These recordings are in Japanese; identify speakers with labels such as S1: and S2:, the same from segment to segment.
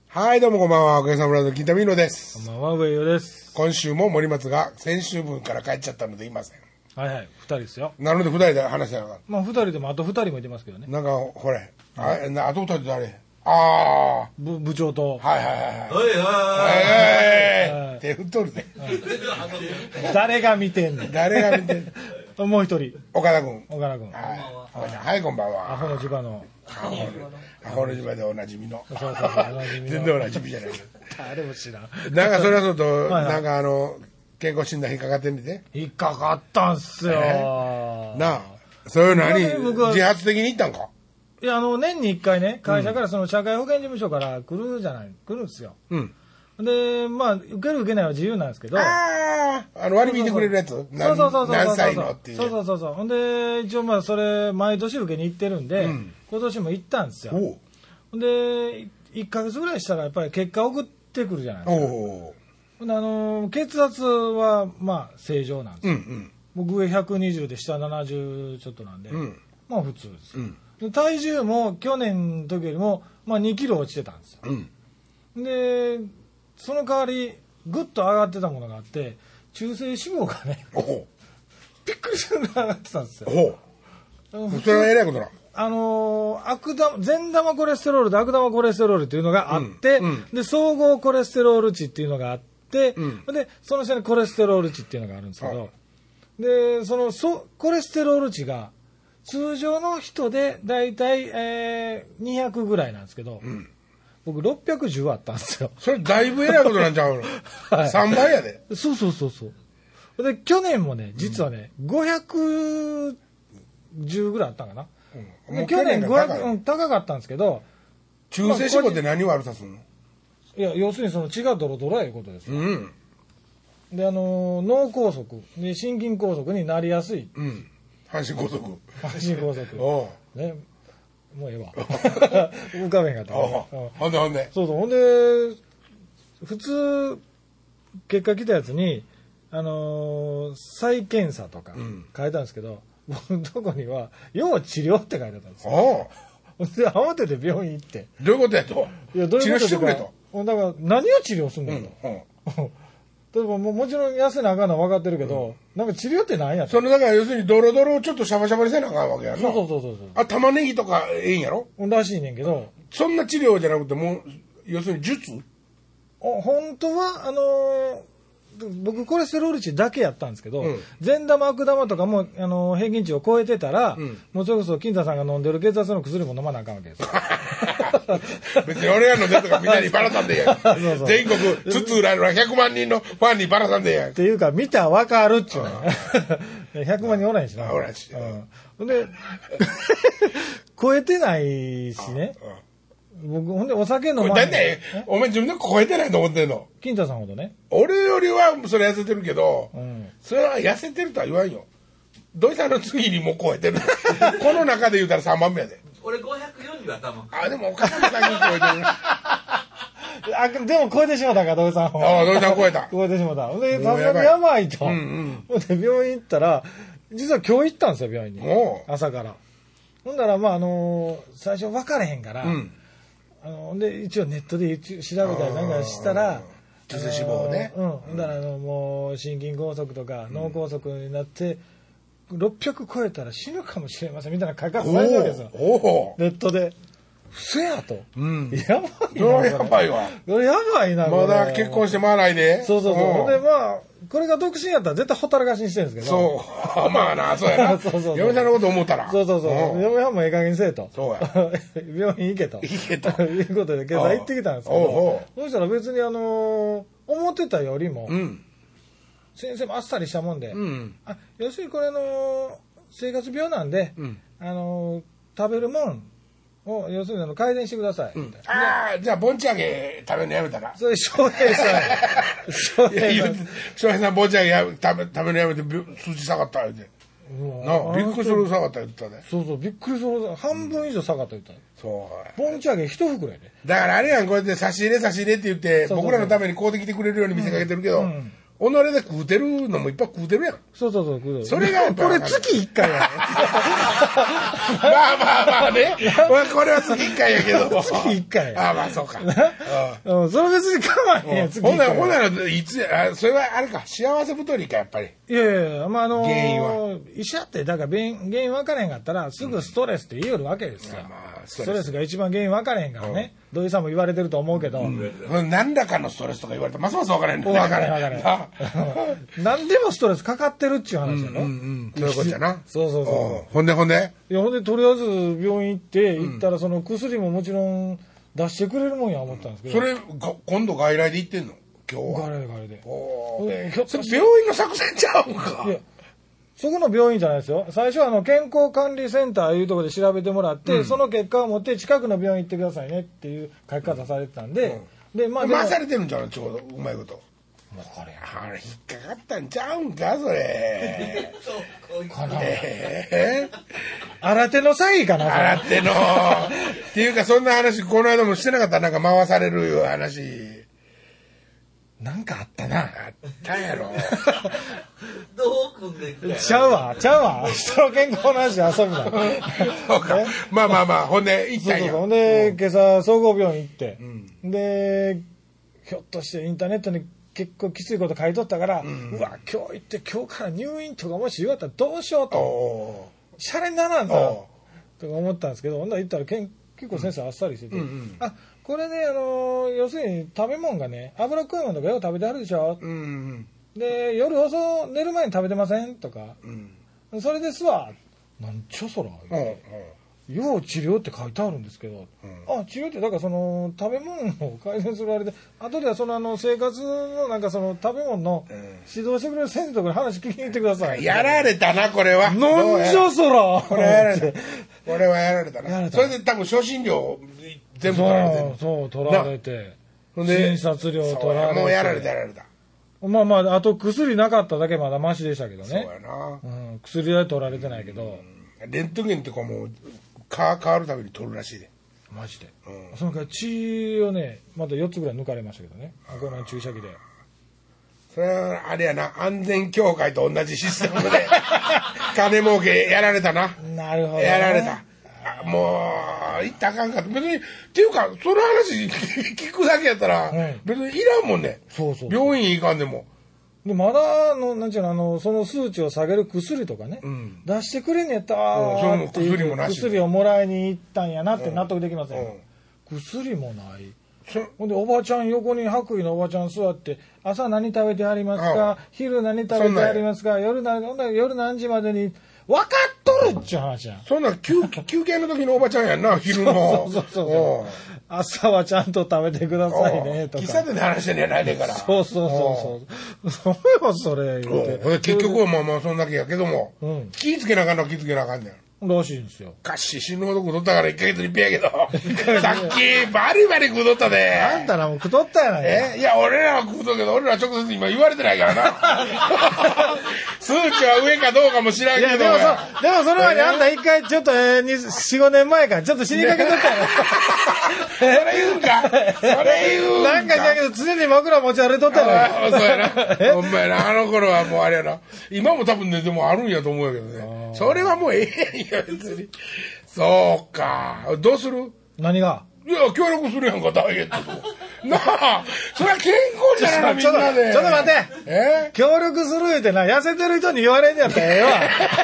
S1: はい、どうもこんばんは。おかげさまで金田美濃です。
S2: こんばんは、上与です。
S1: 今週も森松が先週分から帰っちゃったのでいません。
S2: はいはい、二人ですよ。
S1: なので二人で話してなかった。
S2: まあ二人でもあと二人もいてますけどね。
S1: なんか、ほれ、あと二人って誰？
S2: 部長と。
S1: はいはいはいはい。はい。手振っとるね。
S2: 誰が見てんの？
S1: 誰が見てん
S2: の？もう一人。
S1: 岡田君。
S2: 岡田君。
S1: はい、こんばんは。
S2: アホの地場の。
S1: アホの地場でおなじみの。
S2: そう、おなじみの。
S1: 全然おなじみじゃない。
S2: 誰も知らん。
S1: なんかそれはそうと、なんか健康診断引っかかってんねて。
S2: 引っかかったんすよ。
S1: なあ、そういうの自発的に行ったんか？
S2: いや、年に一回ね、会社からその社会保険事務所から来るんですよ。うん。で、まあ、受ける受けないは自由なんですけど。
S1: 割り引いてくれるやつ？
S2: そう。
S1: 何歳のっていう。
S2: そう。ほんで、一応まあ、それ、毎年受けに行ってるんで、今年も行ったんですよ。ほんで、1ヶ月ぐらいしたらやっぱり結果送ってくるじゃないですか。ほんで、血圧はまあ、正常なんですよ。僕上120で下70ちょっとなんで、まあ普通ですよ。で体重も去年の時よりも、まあ2キロ落ちてたんですよ。で、その代わり、ぐっと上がってたものがあって、中性脂肪がね、びっくりするぐらい上がってたんですよ。
S1: それはえらいことな。
S2: 善玉コレステロールと悪玉コレステロールというのがあって、で、総合コレステロール値っていうのがあって、で、その下にコレステロール値っていうのがあるんですけど、で、コレステロール値が、通常の人でだいたい200ぐらいなんですけど、僕610あったんですよ。
S1: それだいぶえらいことなんちゃうの？はい、3倍やで。
S2: そう。で、去年もね、実はね、510ぐらいあったんかな。で去年500、高かったんですけど。
S1: 中性脂肪って何悪さするの？
S2: いや、要するにその血がドロドロやいうことですよ。で、脳梗塞で心筋梗塞になりやすい。
S1: 阪神高速。
S2: ね。もうええわ。浮かべへんかった。
S1: ほんで。
S2: そう。ほんで、普通、結果来たやつに、再検査とか書いたんですけど、僕のとこには、要治療って書いてあったんですよ。で、慌てて病院行って。
S1: どういうことやと？
S2: いや、どういうこと
S1: してくれと。
S2: だから、何を治療すんのと。例えばもちろん痩せなあかんのは分かってるけど、なんか治療って何や
S1: だから要するにドロドロをちょっとシャバシャバにせなあかんわけやな。
S2: そう。
S1: 玉ねぎとかええんやろ？
S2: らしいねんけど。
S1: そんな治療じゃなくてもう、要するに術？
S2: 本当は、僕コレステロール値だけやったんですけど、善玉悪玉とかも平均値を超えてたら、もうそれこそ金田さんが飲んでる血圧の薬も飲まなあかんわけですよ。
S1: 別に俺が飲んでるとかみんなにばらさんでやん。全国津々浦々100万人のファンにばらさんでやん。
S2: っていうか見たらわかるっちゅうね。100万人おらんしな。
S1: おらんし。
S2: で、超えてないしね。僕、ほんでお酒飲まない。
S1: だって、お前自分で超えてないと思ってんの？
S2: 金田さんほどね。
S1: 俺よりはそれ痩せてるけど、それは痩せてるとは言わんよ。土井さんの次にもう超えてる。この中で言うたら3番目やで。
S3: 俺540頭。
S1: でも岡田さんに超えてる。
S2: でも超えてしまったか、土井さんは。
S1: 土井さん超えた。
S2: 超えてしまった。で、さすがにやばいと。で、病院行ったら、実は今日行ったんですよ、病院に。朝から。ほんだら、まあ、最初分かれへんから、で、一応ネットで調べたりなんかしたら、
S1: 中性脂肪をね。
S2: ほんだら、もう、心筋梗塞とか脳梗塞になって、600超えたら死ぬかもしれませんみたいな書かれてるわけですよ。ネットで。嘘やと。やばいな。
S1: やばいわ。
S2: やばいな。
S1: まだ結婚してまわないで。
S2: そう。で、まあ、これが独身やったら絶対ほったらかしにしてるんですけど。
S1: そう。まあな、そうやな。嫁さんのこと思ったら。
S2: そう。嫁はんもええ加減にせえと。
S1: そうや。
S2: 病院行けと。いうことで、今朝行ってきたんですけど。そしたら別に思ってたよりも、先生もあっさりしたもんで、要するにこれ生活病なんで、食べるもんを要するに改善してください。
S1: じゃあぼんち揚げ食べるのやめたら。
S2: それ翔平さん。
S1: 翔平さんぼんち揚げ食べるのやめて数値下がった言うて。びっくりする下がった言ってたね。
S2: そう、びっくりする。半分以上下がった言ったね。
S1: そう。
S2: ぼんち揚げ一袋やね。
S1: だからあれやん、こうやって差し入れって言って、僕らのために買うてきてくれるように見せかけてるけど、 己で食うてるのもいっぱい食うてるやん。
S2: そうそうそう、食うてる。
S1: それがやっぱ
S2: これ月1回や。
S1: まあね。これは月1回やけど。
S2: 月1回や。
S1: ああ、まあそうか。
S2: うん。それ別に構わへんやん、月1回。
S1: ほんなら、いつや、それはあれか、幸せ太りか、やっぱり。
S2: いやいや、まあ
S1: 原因は
S2: 医者って、だから原因分からへんかったら、すぐストレスって言いよるわけですよ。ストレスが一番原因分からへんからね。土井さんも言われてると思うけど。
S1: 何らかのストレスとか言われたら、ますます分からへんね。
S2: 分からへん。何でもストレスかかってるっちゅう話やろ。
S1: そういうことやな。
S2: そうそうそう。
S1: ほんで
S2: いや、ほんで、とりあえず病院行ったら、その薬ももちろん出してくれるもんや思ったんですけど。
S1: それ、今度外来で行ってんの今日は。
S2: 外来で。
S1: それ病院の作戦ちゃうんか。
S2: いや、そこの病院じゃないですよ。最初は健康管理センターいうところで調べてもらって、その結果を持って近くの病院行ってくださいねっていう書き方されてたんで、で、まあ。
S1: 回されてるんじゃん、ちょうど、うまいこと。
S2: もうこれ、
S1: あれ、引っかかったんちゃうんか、それ。
S2: かな。新手の詐欺かな、
S1: 新手の。っていうか、そんな話、この間もしてなかった、なんか回されるいう話。
S2: なんかあったな。
S1: あったやろ。
S3: どう組んでんか
S2: ちゃうわ。人の健康の話で遊びだ。
S1: そうか。まあ、ほんで、行ったんや。
S2: ほんで、今朝、総合病院行って、で、ひょっとしてインターネットに結構きついこと書いとったから、うわ、今日行って今日から入院とかもし言われたらどうしようと。シャレにならんな、とか思ったんですけど、ほんなら行ったら結構先生あっさりしてて、あ、これね、要するに食べ物がね、脂っこいものとかよく食べてあるでしょ。で、夜遅寝る前に食べてませんとか、それですわ。なんちゃそら。要治療って書いてあるんですけど、あ、治療ってだからその食べ物を改善するあれで、後ではその生活のなんかその食べ物の指導してくれる先生とかに話聞きに行ってください。
S1: やられたな、これは。
S2: なんじゃそら。
S1: これはやられた。これはやられたな。それで多分初診料全部取られてる。
S2: そう、取られて。診察料取られて。
S1: もうやられた。
S2: まあ、あと薬なかっただけまだマシでしたけどね。
S1: そうやな。
S2: 薬代取られてないけど。
S1: レントゲンってこうもう、変わるたびに取るらしいで。
S2: マジで。そのから血をね、まだ4つぐらい抜かれましたけどね。この注射器で。
S1: それは、あれやな、安全協会と同じシステムで、金儲けやられたな。
S2: なるほど、ね。
S1: やられた。もう、言ったらあかんかった。別に、っていうか、その話聞くだけやったら、別にいらんもんね。
S2: そう。
S1: 病院行かんでも。
S2: で、まだ、なんちゅうの、その数値を下げる薬とかね、出してくれんねやったら、っていう薬をもらいに行ったんやなって納得できません。薬もない。ほんで、おばちゃん、横に白衣のおばちゃん座って、朝何食べてありますか、昼何食べてありますか、夜何時までに、分かっとるっちゅう話やん。
S1: そんな休憩の時のおばちゃんやんな、昼の。
S2: そう。朝はちゃんと食べてくださいね、とか。
S1: 喫茶店で話してんやないでから。
S2: そう。それ言うて。
S1: 結局はまあそんだけやけども、気ぃつけなあかんのは気ぃつけなあかんねん。
S2: らしいんですよ。
S1: かし死ぬほど食うとったから1ヶ月に一遍やけど、さっきバリバリ食うとったで。
S2: あんたらもう食うとったやないか。
S1: いや、俺らは食うとけど、俺ら直接今言われてないからな。数値は上かどうかも知らんけど。いや、
S2: でもそれはね、あんた一回ちょっと、4、5年前からちょっと死にかけとったやろ。
S1: それ言うんか。
S2: なんかだけど常に枕持ち歩いとったや
S1: ろ。そうやな。ほんまやな。あの頃はもうあれやな。今も多分ね、でもあるんやと思うけどね。それはもうええやんや、別に。そうか。どうする？
S2: 何が？
S1: いや、協力するやんか、ダイエットと。なあ、それは健康じゃないの、みんなで。
S2: ちょっと待って。協力する言うてな、痩せてる人に言われんやったらええわ。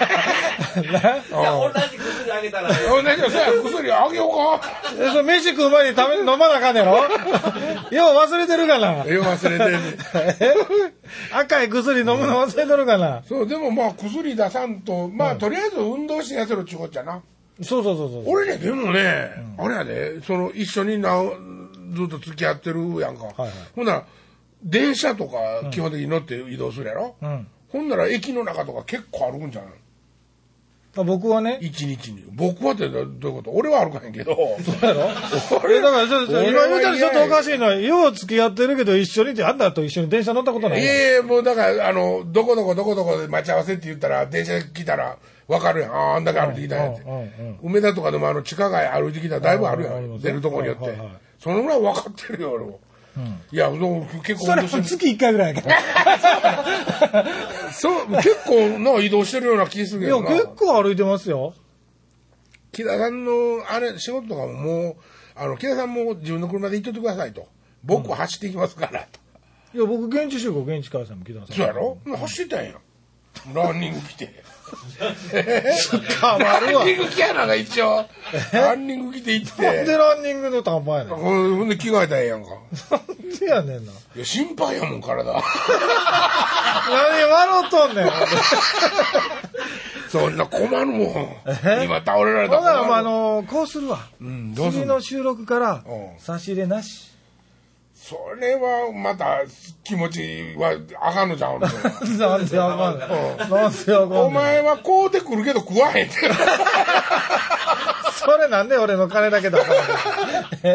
S3: 同じ薬あげたらね。
S1: 同じ薬あげようか。
S2: それ飯食う前に飲まなあかんねやろ。よう忘れてるかな。
S1: よう忘れてる。
S2: 赤い薬飲むの忘れてるかな。
S1: そう、でもまあ薬出さんと、まあとりあえず運動して痩せるっちゅうことじゃな。
S2: そう。
S1: 俺ね、でもね、あれやで、一緒にずっと付き合ってるやんか。ほんなら、電車とか基本的に乗って移動するやろ。ほんなら駅の中とか結構歩くんじゃない？
S2: 僕はね。
S1: 一日に。僕はってどういうこと？俺は歩かへんけど。
S2: そうやろ？俺だから今言うたらちょっとおかしいのは、よう付き合ってるけど一緒にって、あんたと一緒に電車乗ったことない？
S1: もうだから、どこどこで待ち合わせって言ったら、電車来たら分かるやん。あんだけ歩いてきたんやって。梅田とかでも地下街歩いてきたらだいぶあるやん。出るとこによって。そのぐらい分かってるよ、俺も。 いや、結構
S2: それも月1回ぐらいやから
S1: そう結構な移動してるような気するけどな。
S2: いや結構歩いてますよ。
S1: 木田さんのあれ仕事とかももう木田さんも自分の車で行っといてくださいと。僕は走っていきますからと。
S2: いや僕現地集合現地解散も木田さん。
S1: そうやろ？走ってたんや。ランニング来て。
S2: 捕まるわ。
S1: ランニング来やなが一応。ランニング来て行って。
S2: なんでランニングの短パンやねん。
S1: ほんで着替えたらええやんか。
S2: なんでやねんな。
S1: いや心配やもん体。
S2: 何笑うとんねん。
S1: そんな困るもん。今倒れられたら
S2: 困る。こうするわ。
S1: どうする
S2: 次の収録から差し入れなし。
S1: それはまた気持ちはあかんのちゃうの。
S2: なんであかんの。なんであかんの。
S1: お前は買うてくるけど食わへんって。
S2: それなんで俺の金だけだから。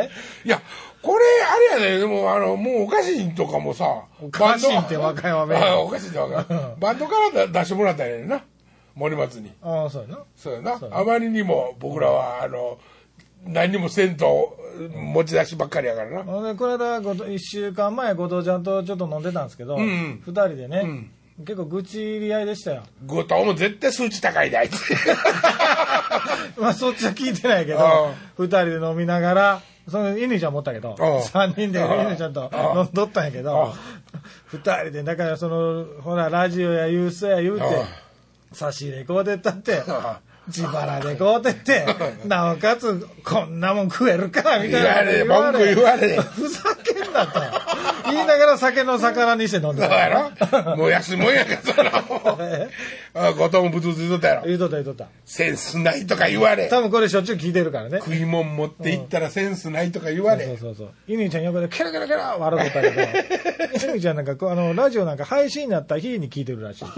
S1: いや、これあれやね、でももうお菓子とかもさ、
S2: お菓子って和歌山弁。
S1: お菓子って和歌山。バンドから出してもらったんやねんな。森松に。
S2: ああ、そうやな。
S1: そうやな。あまりにも僕らは何にもせんと持ち出しばっかりやからな。
S2: この間1週間前後藤ちゃんとちょっと飲んでたんですけど、2人でね、結構愚痴入り合いでしたよ。
S1: 後藤も絶対数値高いであいつ。
S2: まあそっちは聞いてないけど、2人で飲みながら、その犬ちゃん持ったけど、3人で犬ちゃんと飲んどったんやけど、2人でだからほらラジオやユースや言うて差し入れこうでったって自腹でこうてってなおかつこんなもん食えるかみたいな
S1: 文句言われ
S2: ふざけんなと言いながら酒の魚にして飲んでた
S1: やろ。もう安いもんやけどその後藤もブツブツ言うとったやろ。
S2: 言うとった
S1: センスないとか言われ。
S2: 多分これしょっちゅう聞いてるからね。
S1: 食い物持って行ったらセンスないとか言われ。
S2: そう犬ちゃん横でケラケラケラ笑うとったけど犬ちゃんなんかラジオなんか配信になった日に聞いてるらしい。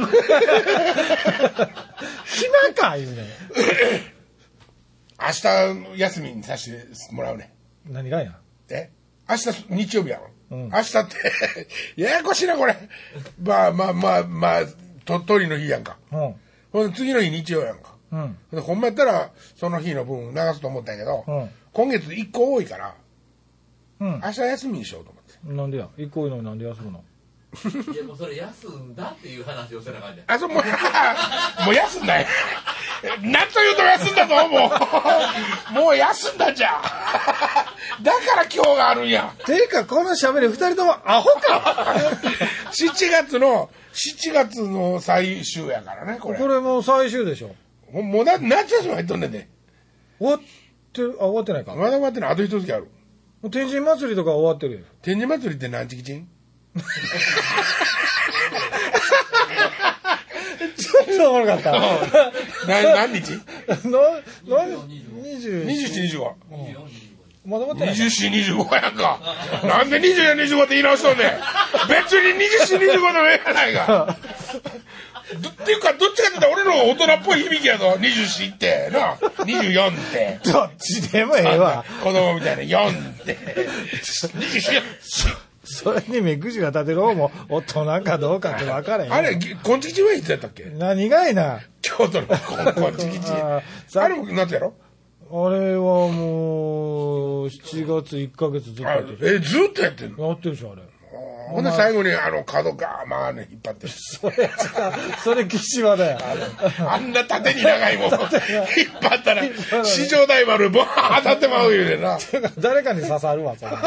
S2: 暇か言うね。
S1: 明日休みにさせてもらうね。
S2: 何がや。
S1: 明日日曜日やろ。明日ってややこしいなこれ。まあ鳥の日やんか。ほんで次の日日曜やんか。ほんまやったらその日の分流すと思ったんやけど、今月1個多いから、明日休みにしようと思って。
S2: なんでや1個多いのになんで休むの。
S3: いやもうそれ休んだっていう話をせな感じ。
S1: もう休んだよ。なんと言うと休んだぞもう休んだじゃん。だから今日があるんや。
S2: ていうかこの喋り2人ともアホか。
S1: 7月の最終やからねこれ。
S2: これもう最終でしょ。
S1: もう夏休み入っとんねんで。
S2: 終わってないか。
S1: まだ終わってない。あと一月ある。
S2: もう天神祭りとか終わってるよ。
S1: 天神祭りって何日ち
S2: ょっとおもろかった。
S1: 何日
S2: ？27、
S1: 25。
S2: まだ終わってない。
S1: 24、25やんか。なんで24、25って言い直しとんねん。別に24、25でもええやないか。っていうか、どっちかって言ったら俺の大人っぽい響きやぞ。24ってな。24って。
S2: どっちでもええわ。
S1: 子供みたいな4って。24。
S2: それに目くじが立てる方も大人かどうかって分からへん。
S1: あれ、こんちきちはいつやったっけ？
S2: 何がいな。
S1: 京都のこんちきち。あれも夏やろ？
S2: あれはもう7月1ヶ月ずっとやってる。
S1: ずっとやってんの？
S2: やってるでしょあれ。
S1: ほんで最後に角がまあね引っ張ってる。
S2: それ岸和だよ。
S1: あんな縦に長いもん引っ張ったら四条大丸ボーン当たってまうよねな。
S2: 誰かに刺さるわそれ。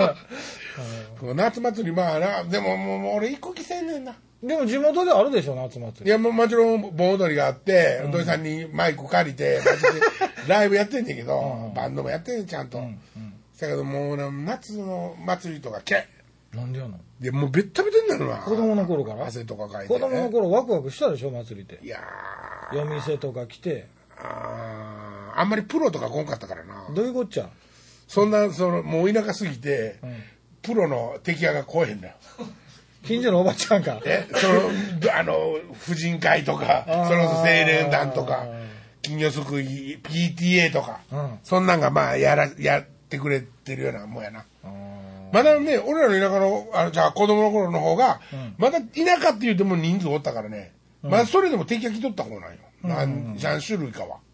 S1: 夏祭りまあな。でももう俺一個来せんねんな。
S2: でも地元であるでしょ夏祭り。
S1: いやもちろん盆踊りがあって土井さんにマイク借りてライブやってんねんけどバンドもやってんねんちゃんと。だけどもう夏の祭りとか嫌い。
S2: なんでやの？
S1: いやもうベッタベタになるわ。
S2: 子供の頃から
S1: 汗とかかいて、
S2: 子供の頃ワクワクしたでしょ祭りって。
S1: いや
S2: 夜店とか来て
S1: あんまりプロとか来んかったからな。
S2: どういうこっちゃ。
S1: そんなもう田舎すぎて、プロの敵屋が来えへんだよ。
S2: 近所のおばちゃんか。
S1: 婦人会とかそれこそ青年団とか金魚すくい PTA とか、そんなんがまあやってくれてるようなもんやな。まだね、俺らの田舎の、じゃあ子供の頃の方が、まだ田舎って言うても人数おったからね、まだそれでも敵が来とった方なんよ。何種類かは。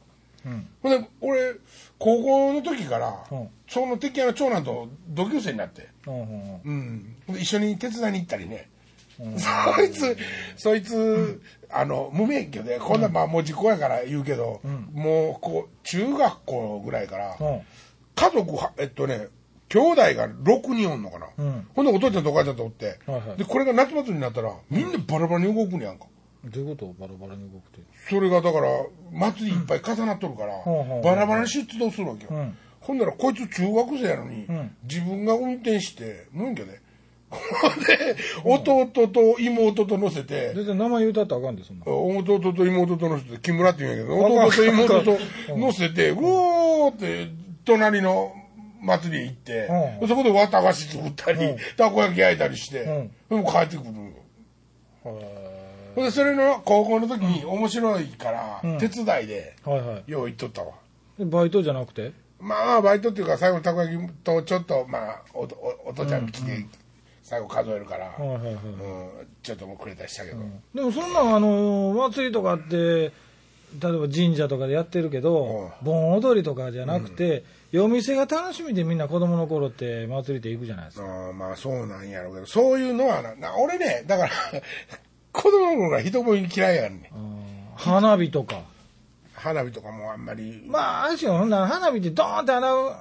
S1: ほんで俺高校の時から、その敵屋の長男と同級生になって、一緒に手伝いに行ったりね、そいつ無免許でこんなまあもう時効やから言うけど、もうこう中学校ぐらいから、家族兄弟が6人おんのかな、ほんでお父ちゃんとお母ちゃんとおって、でこれが夏祭りになったらみんなバラバラに動くねやんか。
S2: どういうことバラバラに動くって。
S1: それがだから祭りいっぱい重なっとるから、バラバラに出動するわけよ、ほんならこいつ中学生やのに、自分が運転して無免許でで弟と妹と乗せて、
S2: 全然名前言うたってあかんで、そんな。
S1: 弟と妹と乗せて木村って言うんやけど、弟と妹と乗せてうおーって隣の祭りへ行って、そこで綿菓子作ったり、たこ焼き焼いたりして、でも帰ってくるよ。でそれの高校の時に面白いから手伝いでよう行っとったわ。
S2: バイトじゃなくて？
S1: まあバイトっていうか最後たこ焼きとちょっとまあお父ちゃん来て最後数えるから、ちょっともうくれたりしたけど、
S2: でもそんな祭りとかって例えば神社とかでやってるけど、盆踊りとかじゃなくて、夜店が楽しみでみんな子供の頃って祭りって行くじゃないですか。
S1: まあそうなんやろうけど、そういうのは俺ね、だから子供の頃から人も嫌いやんね。
S2: 花火とか
S1: もあんまり。
S2: まああれしよ、ほんなら花火ってドーンって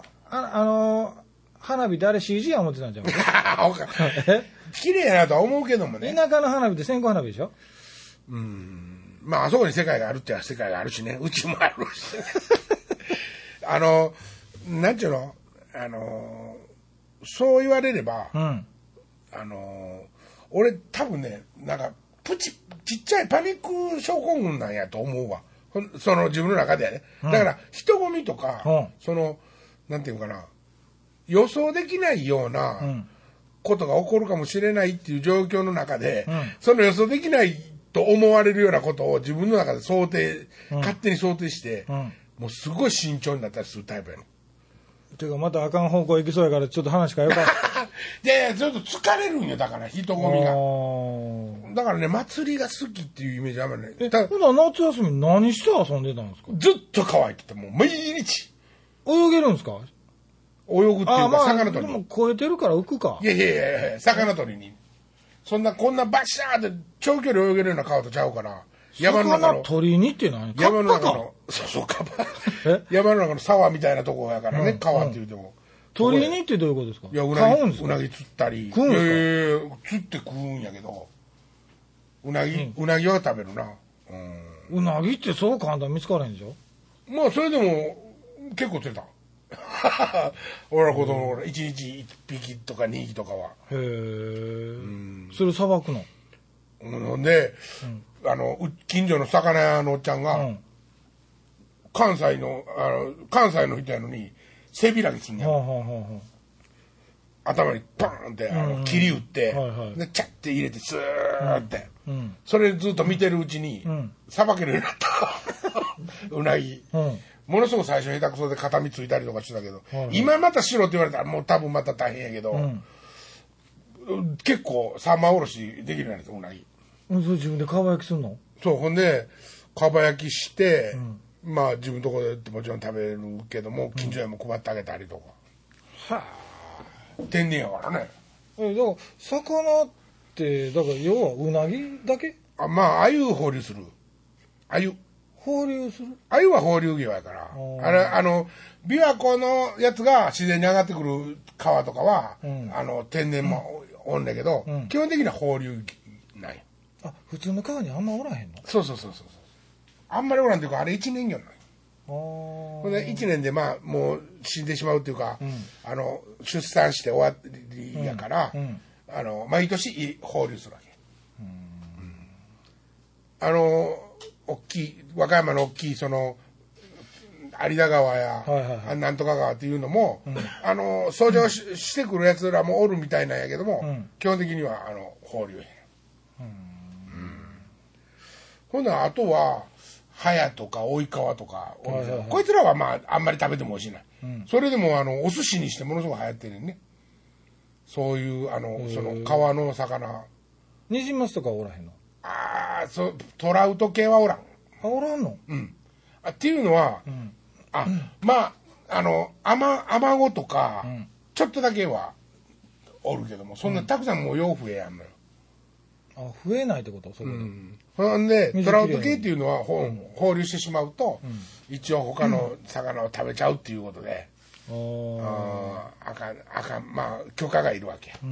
S2: 花火ってあれ CG や思ってたんじゃん。
S1: 綺麗やなとは思うけどもね。
S2: 田舎の花火って線香花火でしょ。
S1: まああそこに世界があるって世界があるしね、うちもあるし、なんちゅうの、そう言われれば、俺多分ね、なんかちっちゃいパニック症候群なんやと思うわ。その自分の中ではね。だから人混みとか、なんていうかな、予想できないようなことが起こるかもしれないっていう状況の中で、その予想できないと思われるようなことを自分の中で勝手に想定して、もうすごい慎重になったりするタイプやの。
S2: ていうかまたあかん方向行きそうやからちょっと話変えようか。
S1: いやちょっと疲れるんよ、だから人混みが。だからね、祭りが好きっていうイメージあんまりね。
S2: ほな夏休み何して遊んでたんですか？
S1: ずっと川行ってて、もう毎日。
S2: 泳げるんですか？
S1: 泳ぐっていうか、魚取りに。
S2: でも超えてるから浮くか。
S1: いや、魚取りに。こんなバシャーって長距離泳げるような川とちゃうから。
S2: 山の中の。魚取りにって何？
S1: 山の中の。そうカバ。山の中の沢みたいなとこやからね、川って言うても。
S2: 取りにってどういうことですか？
S1: いや、うなぎ釣ったり。
S2: 食うんですか？
S1: 釣って食うんやけど。うなぎは食べるな。
S2: うなぎってそう簡単に見つからへんでしょ？
S1: まあ、それでも、結構釣れた。俺ら子供の頃、1日1匹とか2匹とかは。
S2: へぇそれさばくの？
S1: で、近所の魚屋のおっちゃんが、関西の人やのに、背開きすんねん。頭にパーンって切り打って、で、チャッて入れて、スーって。それずっと見てるうちに、さばけるようになった。うなぎ。ものすごく最初下手くそで肩身ついたりとかしてたけど、今またしろって言われたらもう多分また大変やけど、結構三枚おろしできるようになったうなぎ。
S2: それ自分でかば焼きすんの？
S1: そう、ほんでかば焼きして、まあ自分のところでもちろん食べるけども、近所へも配ってあげたりとか。天然やからね。
S2: だから魚ってだから要はうなぎだけ？
S1: まあ鮎放流する。鮎
S2: 放流する？
S1: 鮎は放流魚やから。琵琶湖のやつが自然に上がってくる川とかは、天然もおんねんけど、基本的には放流ない。
S2: 普通の川にあんまおらへんの？
S1: そう。あんまりおらんっていうか、あれ一年魚なんよ。ほんで1年でまあもう死んでしまうっていうか、出産して終わりやから、毎年放流するわけ。大きい和歌山の大きいその有田川や、なんとか川っていうのも、掃除をしてくるやつらもおるみたいなんやけども、基本的には放流や。ほんならあとは早とか追い川とか、こいつらはまああんまり食べても美味しいない、それでもお寿司にしてものすごく流行ってるね。そういうその川の魚。
S2: ニジマスとかおらへんの？
S1: トラウト系はおらん。
S2: おらんの？
S1: っていうのは、まあ、アマゴとか、ちょっとだけはおるけども、そんなたくさんもうよう増えやんのよ。
S2: 増えないってことそれで。
S1: ほんで、トラウト系っていうのは放流してしまうと、一応他の魚を食べちゃうっていうことで、あかん、まあ、許可がいるわけや。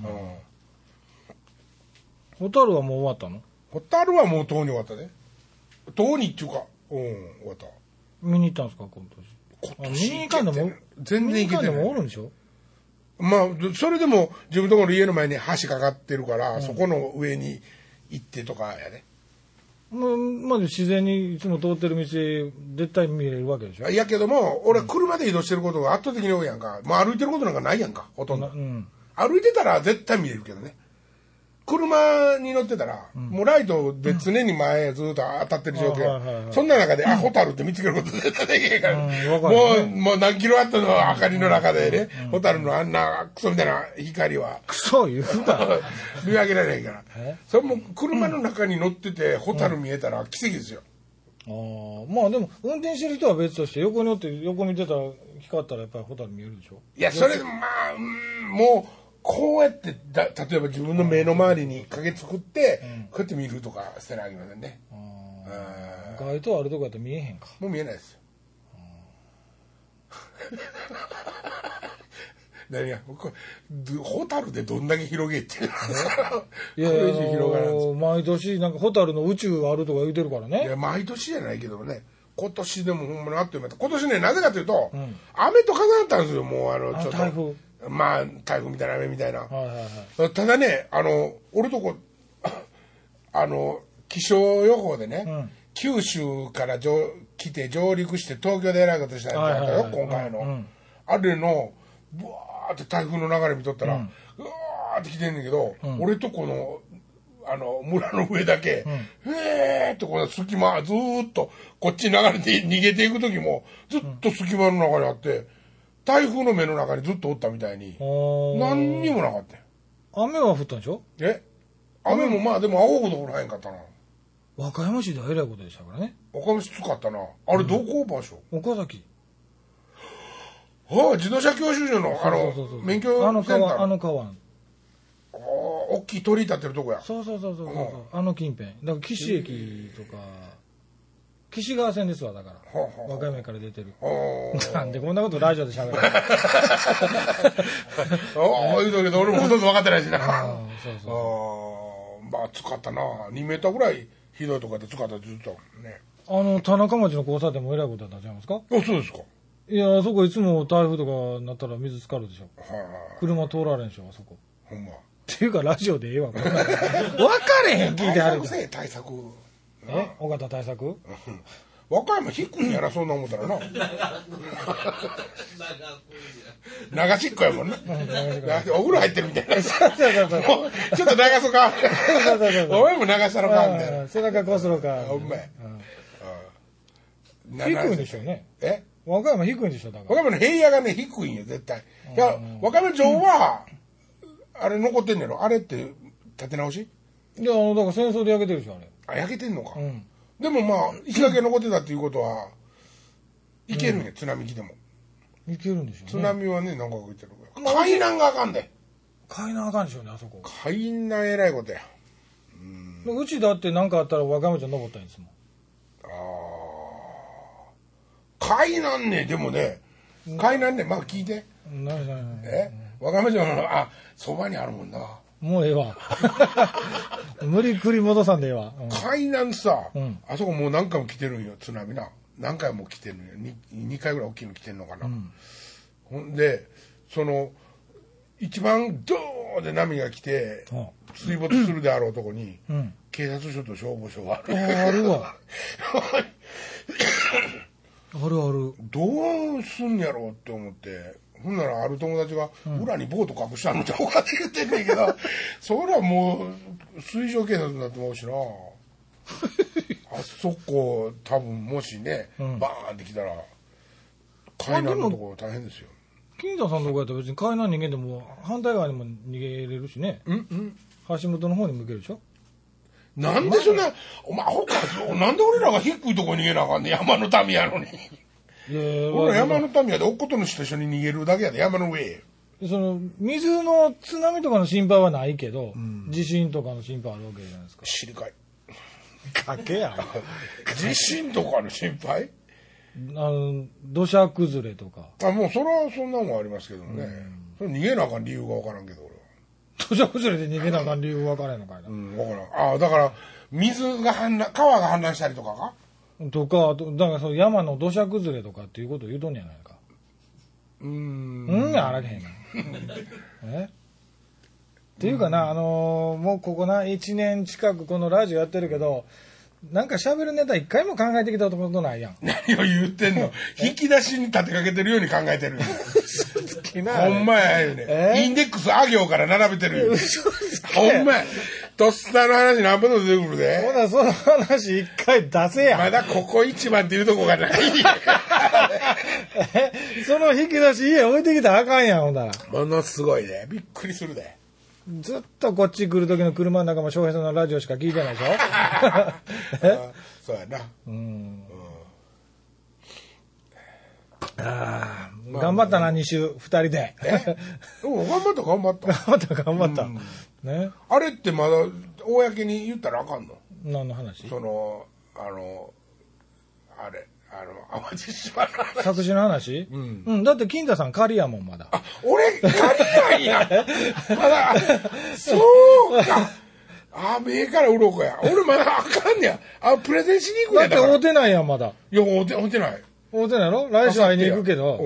S2: ホタルはもう終わったの？
S1: ホタルはもうとうに終わったね。とうにっていうか、終わった。
S2: 見に行ったんですか、今年。見に行かんでも、
S1: 全然行けてない。
S2: 見に行かんでもおるんでしょ？
S1: まあ、それでも自分のところの家の前に橋かかってるから、そこの上に行ってとかやね。
S2: まず自然にいつも通ってる道絶対見れるわけでしょ？
S1: いやけども、俺は車で移動してることが圧倒的に多いやんか。まあ歩いてることなんかないやんか、ほとんど。歩いてたら絶対見れるけどね。車に乗ってたら、もうライトで常に前ずっと当たってる状況。そんな中で、ホタルって見つけること絶対できへんから。もう何キロワットの明かりの中でね、ホタルのあんなクソみたいな光は。
S2: クソ言うた
S1: 見分けられないから。それも車の中に乗ってて、ホタル見えたら奇跡ですよ。
S2: まあでも、運転してる人は別として、横に乗って横見てたら、光ったらやっぱりホタル見えるでしょ？
S1: いや、それでまあ、もう、こうやって例えば自分の目の周りに影作って、こうやって見るとかしてないあげませんね。
S2: 街灯あるとこやったら見えへんか。
S1: もう見えないですよ。何がホタルでどんだけ広げって
S2: いや毎年なんかホタルの宇宙があるとか言うてるからね。
S1: いや毎年じゃないけどもね、今年でもほんまにあっという間今年ね、なぜかというと、雨と重なったんですよ。もうちょっと台風、まあ台風みたいな雨みたいな、ただね、俺とこ気象予報でね、九州から来て上陸して東京でえらいことしたんだよ、今回の、あれのブワーって台風の流れ見とったら、うわーって来てんねんけど、俺とこの村の上だけ、へーってこの隙間ずーっとこっちに流れて逃げていく時もずっと隙間の中にあって、台風の目の中にずっとおったみたいに何にもなかったよ。
S2: 雨は降ったんでしょ？
S1: 雨もまあでも青ほど降らへんかったな。
S2: 和歌山市ではえらいことでしたからね。
S1: 和歌山市使ったな。あれどこ場所？
S2: 岡崎。
S1: 自動車教習所の免許センター。
S2: あの川。
S1: 大きい鳥居立ってるとこや。
S2: そう近辺。だから岸駅とか岸川線ですわ、だから和歌山から出てる。なんでこんなことラジオで喋るの？
S1: 言うとけど俺もほとんど分かってないしな。まあ使ったな。2メーターぐらいひどいとかで使ったずっとね。
S2: 田中町の交差点もえらいことだったんちゃいますか？
S1: そうですか。
S2: いや、あそこいつも台風とかなったら水浸かるでしょ。車通られんしょ、あそこ。
S1: ほんま。
S2: っていうかラジオでええわ。分かれへん聞いてある。
S1: 対策。
S2: 尾形対策？
S1: 和歌山低いんやな、そんな思ったらな。流しっこやもんな。お風呂入ってるみたいな。ちょっと流そうか。お前も流したのかみたいな。
S2: 背中こすろか。
S1: ほんまや。
S2: 低いんでしょうね。和歌山低いんでしょ、だから。
S1: 和歌山の平野がね、低いんよ、絶対。いや、和歌山城は、あれ残ってんねやろ。あれって建て直し？
S2: いや、だから戦争で焼けてるでしょ、あれ。
S1: 焼けてんのか。でもまあ、石垣が残ってたっていうことは、いけるんや、津波来ても。
S2: いけるんでしょうね。
S1: 津波はね、何か言ってるから。海南があかんで。
S2: 海南あかんでしょうね、あそこ。
S1: 海南えらいことや。
S2: うちだって何かあったら和歌山城登ったんですもん。
S1: 海南ね、でもね、海南ね、まあ聞いて。和歌山城の、そばにあるもんな。
S2: もうええわ。無理くり戻さんでええわ。
S1: 海南さ、あそこもう何回も来てるんよ、津波な。何回も来てるんよ。2回ぐらい大きいの来てんのかな。ほんで、一番ドーンで波が来て、水没するであろうとこに、警察署と消防署がある。
S2: あるわ。あるある。
S1: どうすんやろうって思って、ほんならある友達が裏にボート隠したのちゃうかって言ってんねんけど、それはもう水上警察になってまうしな。あそこ多分もしね、バーンって来たら海南のところ大変ですよ。
S2: 金田さんのとこやったら別に海南逃げても反対側にも逃げれるしね。橋本の方に向けるでしょ。
S1: なんでそんな、お前、なんで俺らが低いとこ逃げなあかんねん、山の民やのに。俺ら山の民やで、おっことの人と一緒に逃げるだけやで、山の上。
S2: 水の津波とかの心配はないけど、地震とかの心配あるわけじゃないですか。
S1: 知りかい。
S2: かけやん。
S1: 地震とかの心配？
S2: 土砂崩れとか。
S1: もうそれはそんなもんありますけどね。それ逃げなあかん理由がわからんけど、俺は。
S2: 土砂崩れで逃げなあかん理由がわからんのかいな。
S1: わからん。だから、川が氾濫したりとかか？
S2: とか、だからその山の土砂崩れとかっていうことを言うとんやないか。あらけへんな。っていうかな、もうここな、1年近くこのラジオやってるけど、なんか喋るネタ一回も考えてきたことないやん。
S1: 何を言ってんの？引き出しに立てかけてるように考えてるよ。ほんまやよね。インデックスあ行から並べてるよ。ほんまや。とっさの話何分でも出てくるで。
S2: ほな、その話一回出せや。
S1: まだここ一番っていうとこがない。
S2: その引き出し家置いてきたらあかんやん、ほんなら。
S1: ものすごいね。びっくりするで。
S2: ずっとこっち来る時の車の中も翔平さんのラジオしか聞いてないでしょ。
S1: そうやな。
S2: 頑張ったな、2週、2人で。
S1: 頑張った。
S2: ね。
S1: あれってまだ、公に言ったらあかんの？
S2: 何の話？
S1: 淡路島の話。
S2: 作詞の話？だって金田さん仮やもん、まだ。
S1: 俺仮なんや。まだ、そうか。目から鱗や。俺まだあかんねや。プレゼンしに行くやん。
S2: だって会うてないやん、まだ。
S1: いや、会うてない。
S2: 会うてないの？来週会いに行くけど。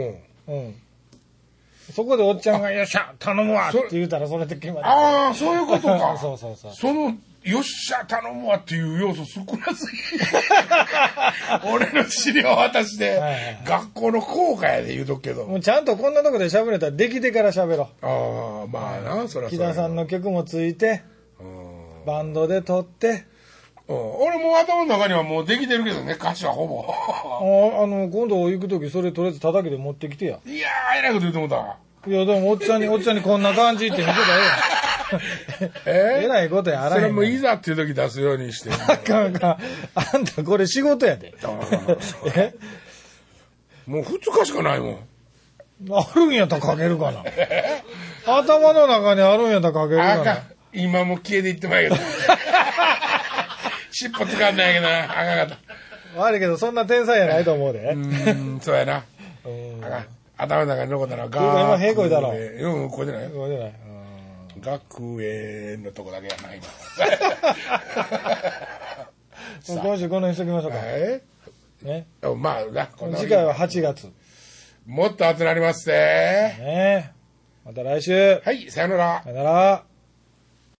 S2: そこでおっちゃんが、よっしゃ、頼むわって言うたらそれで決まる。
S1: そういうことか。
S2: そう。
S1: その、よっしゃ、頼むわっていう要素少なすぎる。俺の資料渡して、学校の校歌やで言うとくけど。
S2: もうちゃんとこんなとこで喋れたらできてから喋ろ
S1: う。まあな、そらそう。
S2: 木田さんの曲もついて、バンドで撮って、
S1: 俺も頭の中にはもうできてるけどね、歌詞はほぼ。
S2: 今度行くときそれとりあえず叩きで持ってきてや。
S1: いやー、えらいこと言うと思った。
S2: いや、でもおっちゃんにこんな感じって見てたらえらいことやあらへん。
S1: それもいざっていう時出すようにして。
S2: あかん。あんたこれ仕事やで。
S1: もう2日しかないもん。
S2: あるんやったら書けるかな。頭の中にあるんやったら書けるかな。
S1: 今も消えていってまいけど。尻尾掴んないけどな。あかんかった。
S2: 悪いけど、そんな天才やないと思うで。
S1: そうやな。頭の中に残ったら
S2: 今、平行いだろ。
S1: これでない。学園のとこだけやな、
S2: 今。今週この辺にしときましょうか。
S1: ね。まあな、
S2: 次回は8月。
S1: もっと熱なりますね。
S2: また来週。
S1: はい、さよなら。
S2: さよなら。